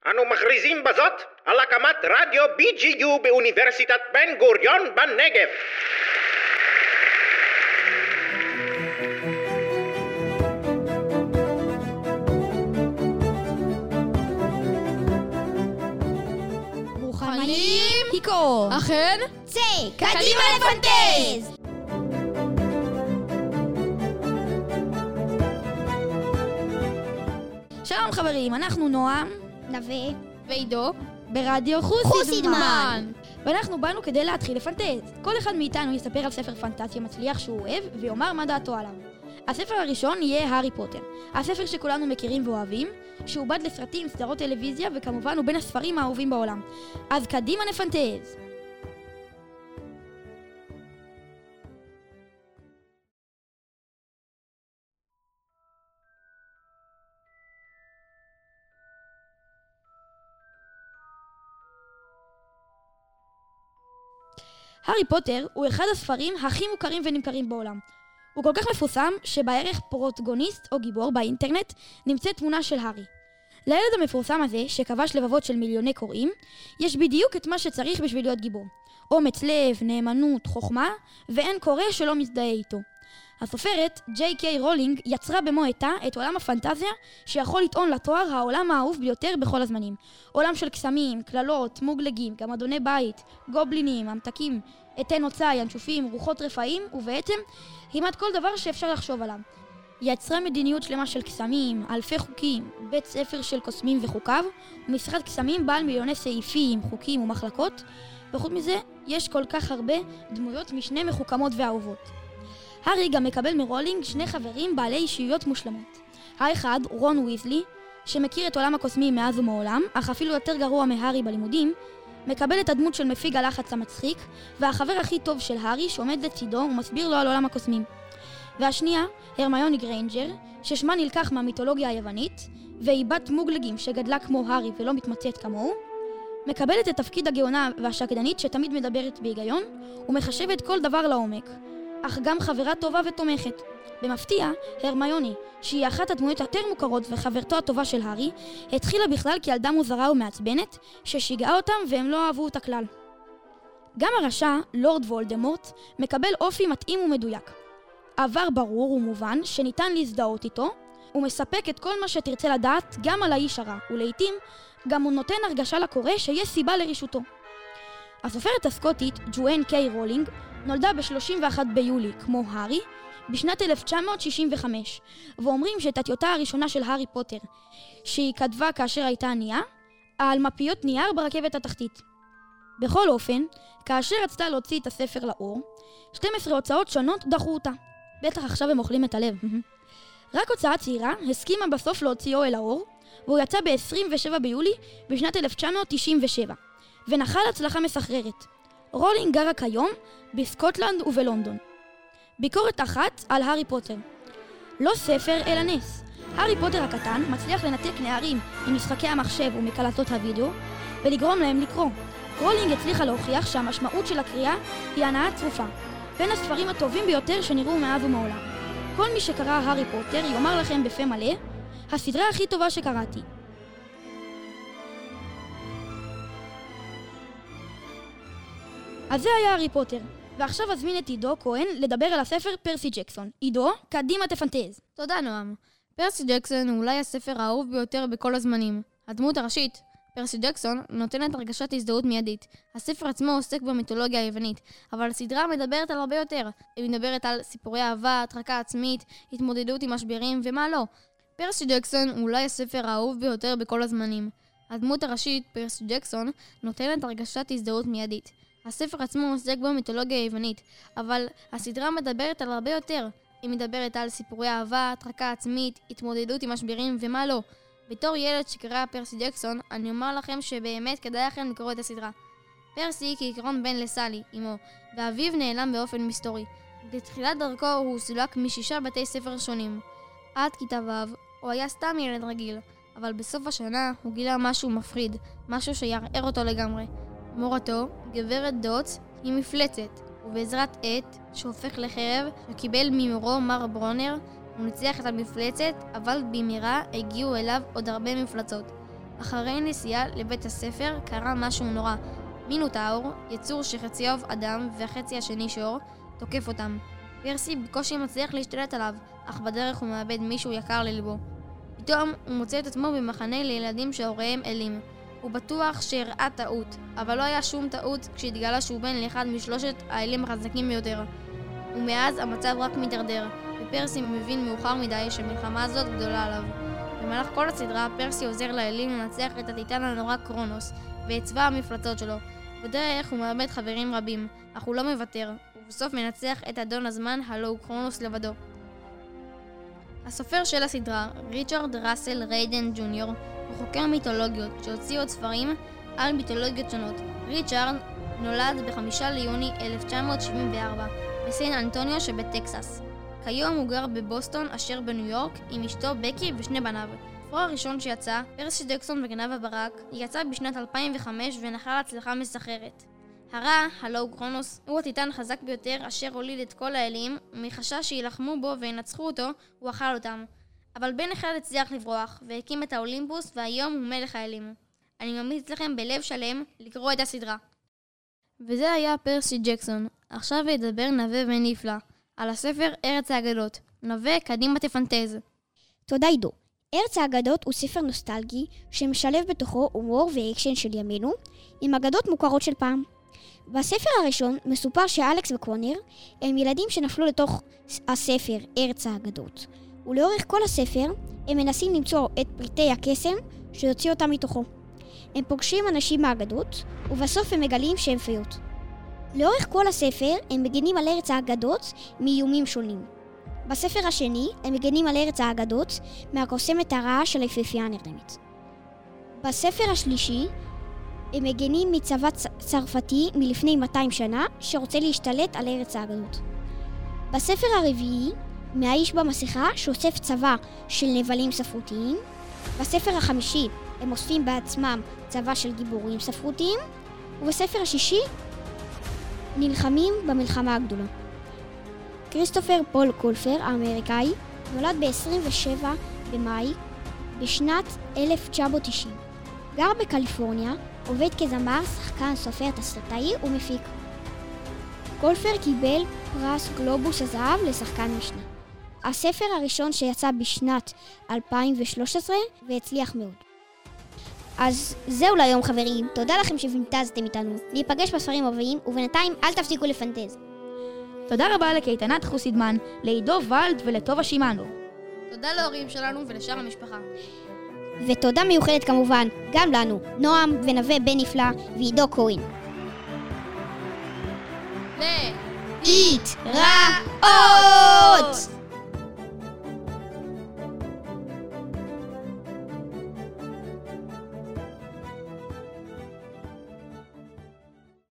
אנו מכריזים בזאת על הקמת רדיו BGU באוניברסיטת בן גוריון בנגב. מוכנים? היקו! אכן? צא! קדימה לפנטז! שלום חברים, אנחנו נועם, נווה ועידו ברדיו חוסידמן. ואנחנו באנו כדי להתחיל לפנטז. כל אחד מאיתנו יספר על ספר פנטזיה מצליח שהוא אוהב ויאמר מה דעתו עליו. הספר הראשון יהיה הארי פוטר, הספר שכולנו מכירים ואוהבים, שעובד לסרטים, סדרות טלוויזיה וכמובן הוא בין הספרים האהובים בעולם. אז קדימה נפנטז! הארי פוטר הוא אחד הספרים הכי מוכרים ונמכרים בעולם. הוא כל כך מפורסם שבערך פרוטגוניסט או גיבור באינטרנט נמצאת תמונה של הארי. לילד המפורסם הזה, שכבש לבבות של מיליוני קוראים, יש בדיוק את מה שצריך בשביל להיות גיבור. אומץ לב, נאמנות, חוכמה, ואין קורא שלא מזדהה איתו. הסופרת ג'יי.קיי רולינג יצרה במו עתה את עולם הפנטזיה שיכול לטעון לתואר העולם האהוב ביותר בכל הזמנים. עולם של קסמים, כללות, מוגלגים, גמדוני בית, גובלינים, המתקים, עטי נוצה, ינשופים, רוחות רפאים, ובעצם כמעט כל דבר שאפשר לחשוב עליו. היא יצרה מדיניות שלמה של קסמים, אלפי חוקים, בית ספר של קוסמים וחוקיו, ומשרד קסמים בעל מיליוני סעיפים, חוקים ומחלקות, וחוץ מזה יש כל כך הרבה דמויות משנה מחוכמות ואהובות. הארי גם מקבל מרולינג שני חברים בעלי אישיויות מושלמות. האחד, רון ויזלי, שמכיר את עולם הקוסמים מאז ומעולם, אך אפילו יותר גרוע מהארי בלימודים, מקבל את הדמות של מפיג הלחץ המצחיק, והחבר הכי טוב של הארי שעומד לצידו ומסביר לו על עולם הקוסמים. והשנייה, הרמיוני גריינג'ר, ששמה נלקח מהמיתולוגיה היוונית, והיא בת מוגלגים שגדלה כמו הארי ולא מתמצאת כמוהו, מקבלת את תפקיד הגאונה והשקדנית שתמיד מדברת בהיגיון, ומחשבת כל דבר לעומק. אך גם חברה טובה ותומכת. במפתיע, הרמיוני, שהיא אחת הדמויות יותר מוכרות וחברתו הטובה של הארי, התחילה בכלל כילדה מוזרה ומעצבנת, ששיגעה אותם והם לא אהבו אותה כלל. גם הרשע, לורד וולדמורט, מקבל אופי מתאים ומדויק. עבר ברור ומובן שניתן להזדהות איתו, ומספק את כל מה שתרצה לדעת גם על האיש הרע, ולעיתים גם הוא נותן הרגשה לקורא שיש סיבה לרישותו. הסופרת הסקוטית, ג'ואן קיי רולינג, נולדה ב-31 ביולי, כמו הארי, בשנת 1965, ואומרים שאת הטיוטה הראשונה של הארי פוטר, שהיא כתבה כאשר הייתה ענייה, על מפיות נייר ברכבת התחתית. בכל אופן, כאשר רצתה להוציא את הספר לאור, 12 הוצאות שונות דחו אותה. בטח עכשיו הם אוכלים את הלב. רק הוצאה צעירה הסכימה בסוף להוציאו אל האור, והוא יצא ב-27 ביולי בשנת 1997, ונחל הצלחה מסחררת. רולינג גרה כיום בסקוטלנד ובלונדון. ביקורת אחת על הארי פוטר. לא ספר אלא נס. הארי פוטר הקטן מצליח לנתק נערים ממשחקי המחשב ומקלטות הוידאו ולגרום להם לקרוא. רולינג הצליחה להוכיח שהמשמעות של הקריאה היא הנאה צרופה. בין הספרים הטובים ביותר שנראו מאז ומעולם. כל מי שקרא הארי פוטר יאמר לכם בפה מלא, הסדרה הכי טובה שקראתי. אז זה היה הארי פוטר, ועכשיו אזמין את עידו כהן לדבר על הספר פרסי ג'קסון. עידו, קדימה תפנטז. תודה נועם. פרסי ג'קסון הוא אולי הספר האהוב ביותר בכל הזמנים. הדמות הראשית, פרסי ג'קסון, נותנת הרגשת הזדהות מיידית. הספר עצמו עוסק במיתולוגיה היוונית, אבל הסדרה מדברת על הרבה יותר. היא מדברת על סיפורי אהבה, התרקה עצמית, התמודדות עם משברים ומה לא. פרסי ג'קסון הוא אולי הספר האהוב ביותר בכל הזמנים. הדמות הראשית, פרסי ג'קסון, נותנת הרגשת הזדהות מיידית. הספר עצמו עוסק במיתולוגיה היוונית, אבל הסדרה מדברת על הרבה יותר. היא מדברת על סיפורי אהבה, התרקה עצמית, התמודדות עם משברים ומה לא. בתור ילד שקרא פרסי ג'קסון, אני אומר לכם שבאמת כדאי לכם לקרוא את הסדרה. פרסי כעיקרון בן לסלי, אמו, ואביו נעלם באופן מסתורי. בתחילת דרכו הוא סולק מ6 בתי ספר שונים. עד כיתה ו' הוא היה סתם ילד רגיל, אבל בסוף השנה הוא גילה משהו מפחיד, משהו שיערער אותו לגמרי. מורתו, גברת דוץ, היא מפלצת, ובעזרת עט שהופך לחרב שקיבל ממורו מר ברונר, הוא ניצח את המפלצת, אבל במהרה הגיעו אליו עוד הרבה מפלצות. אחרי נסיעה לבית הספר קרה משהו נורא. מינוטאור, יצור שחציו אדם והחצי השני שור, תוקף אותם. פרסי בקושי מצליח להשתלט עליו, אך בדרך הוא מאבד מישהו יקר ללבו. פתאום הוא מוצא את עצמו במחנה לילדים שהוריהם אלים. הוא בטוח שהראה טעות, אבל לא היה שום טעות כשהתגלה שהוא בן לאחד משלושת האלים החזקים ביותר. ומאז המצב רק מתדרדר, ופרסי מבין מאוחר מדי שהמלחמה הזאת גדולה עליו. במהלך כל הסדרה, פרסי עוזר לאלים לנצח את הטיטן הנורא קרונוס, ואת צבא המפלצות שלו. בדרך הוא מאבד חברים רבים, אך הוא לא מוותר, ובסוף מנצח את אדון הזמן, הלו הוא קרונוס לבדו. הסופר של הסדרה, ריצ'רד ראסל ריידן ג'וניור, הוא חוקר מיתולוגיות שהוציא עוד ספרים על מיתולוגיות שונות. ריצ'רד נולד ב5 ליוני 1974 בסן אנטוניו שבטקסס. כיום הוא גר בבוסטון אשר בניו יורק עם אשתו בקי ושני בניו. הספר הראשון שיצא, פרסי ג'קסון וגנב הברק, יצא בשנת 2005 ונחל הצלחה מסחררת. הרע, הלו קרונוס, הוא הטיטן חזק ביותר אשר הוליד את כל האלים, ומחשש שילחמו בו וינצחו אותו, הוא אכל אותם. אבל בן אחד הצליח לברוח, והקים את האולימפוס, והיום הוא מלך האלים. אני ממליץ לכם בלב שלם לקרוא את הסדרה. וזה היה פרסי ג'קסון. עכשיו ידבר נווה ונפלא, על הספר ארץ האגדות. נווה, קדימה תפנטז. תודה עידו. ארץ האגדות הוא ספר נוסטלגי שמשלב בתוכו הומור ואקשן של ימינו עם אגדות מוכרות של פעם. בספר הראשון מסופר שאלכס וקונר הם ילדים שנפלו לתוך הספר ארץ האגדות, ולאורך כל הספר הם מנסים למצוא את פריטי הקסם שיוציא אותם מתוכו. הם פוגשים אנשים מהאגדות, ובסוף הם מגלים שהם פיות. לאורך כל הספר הם מגנים על ארץ האגדות מאיומים שונים. בספר השני הם מגנים על ארץ האגדות מהקוסמת הרעה של היפהפייה הנרדמת. בספר השלישי הם מגנים מצבא צרפתי מלפני 200 שנה שרוצה להשתלט על ארץ האגדות. בספר הרביעי מהאיש במסכה שאוסף צבא של נבלים ספרותיים. בספר החמישי הם אוספים בעצמם צבא של גיבורים ספרותיים. ובספר השישי נלחמים במלחמה הגדולה. כריסטופר פול קולפר האמריקאי נולד ב-27 במאי בשנת 1990. גר בקליפורניה, עובד כזמר, שחקן, סופר, תסריטאי ומפיק. קולפר קיבל פרס גלובוס הזהב לשחקן משנה. הספר הראשון שיצא בשנת 2013 והצליח מאוד. אז זהו להיום חברים, תודה לכם שפנטזתם איתנו. ניפגש בספרים הבאים ובינתיים אל תפסיקו לפנטז. תודה רבה לקייטנת חוסידמן, לעידו ולד ולטובה שימאנו. תודה להורים שלנו ולשאר המשפחה. ותודה מיוחדת כמובן גם לנו, נועם ונווה בן נפלא ועידו כהן. להתראות!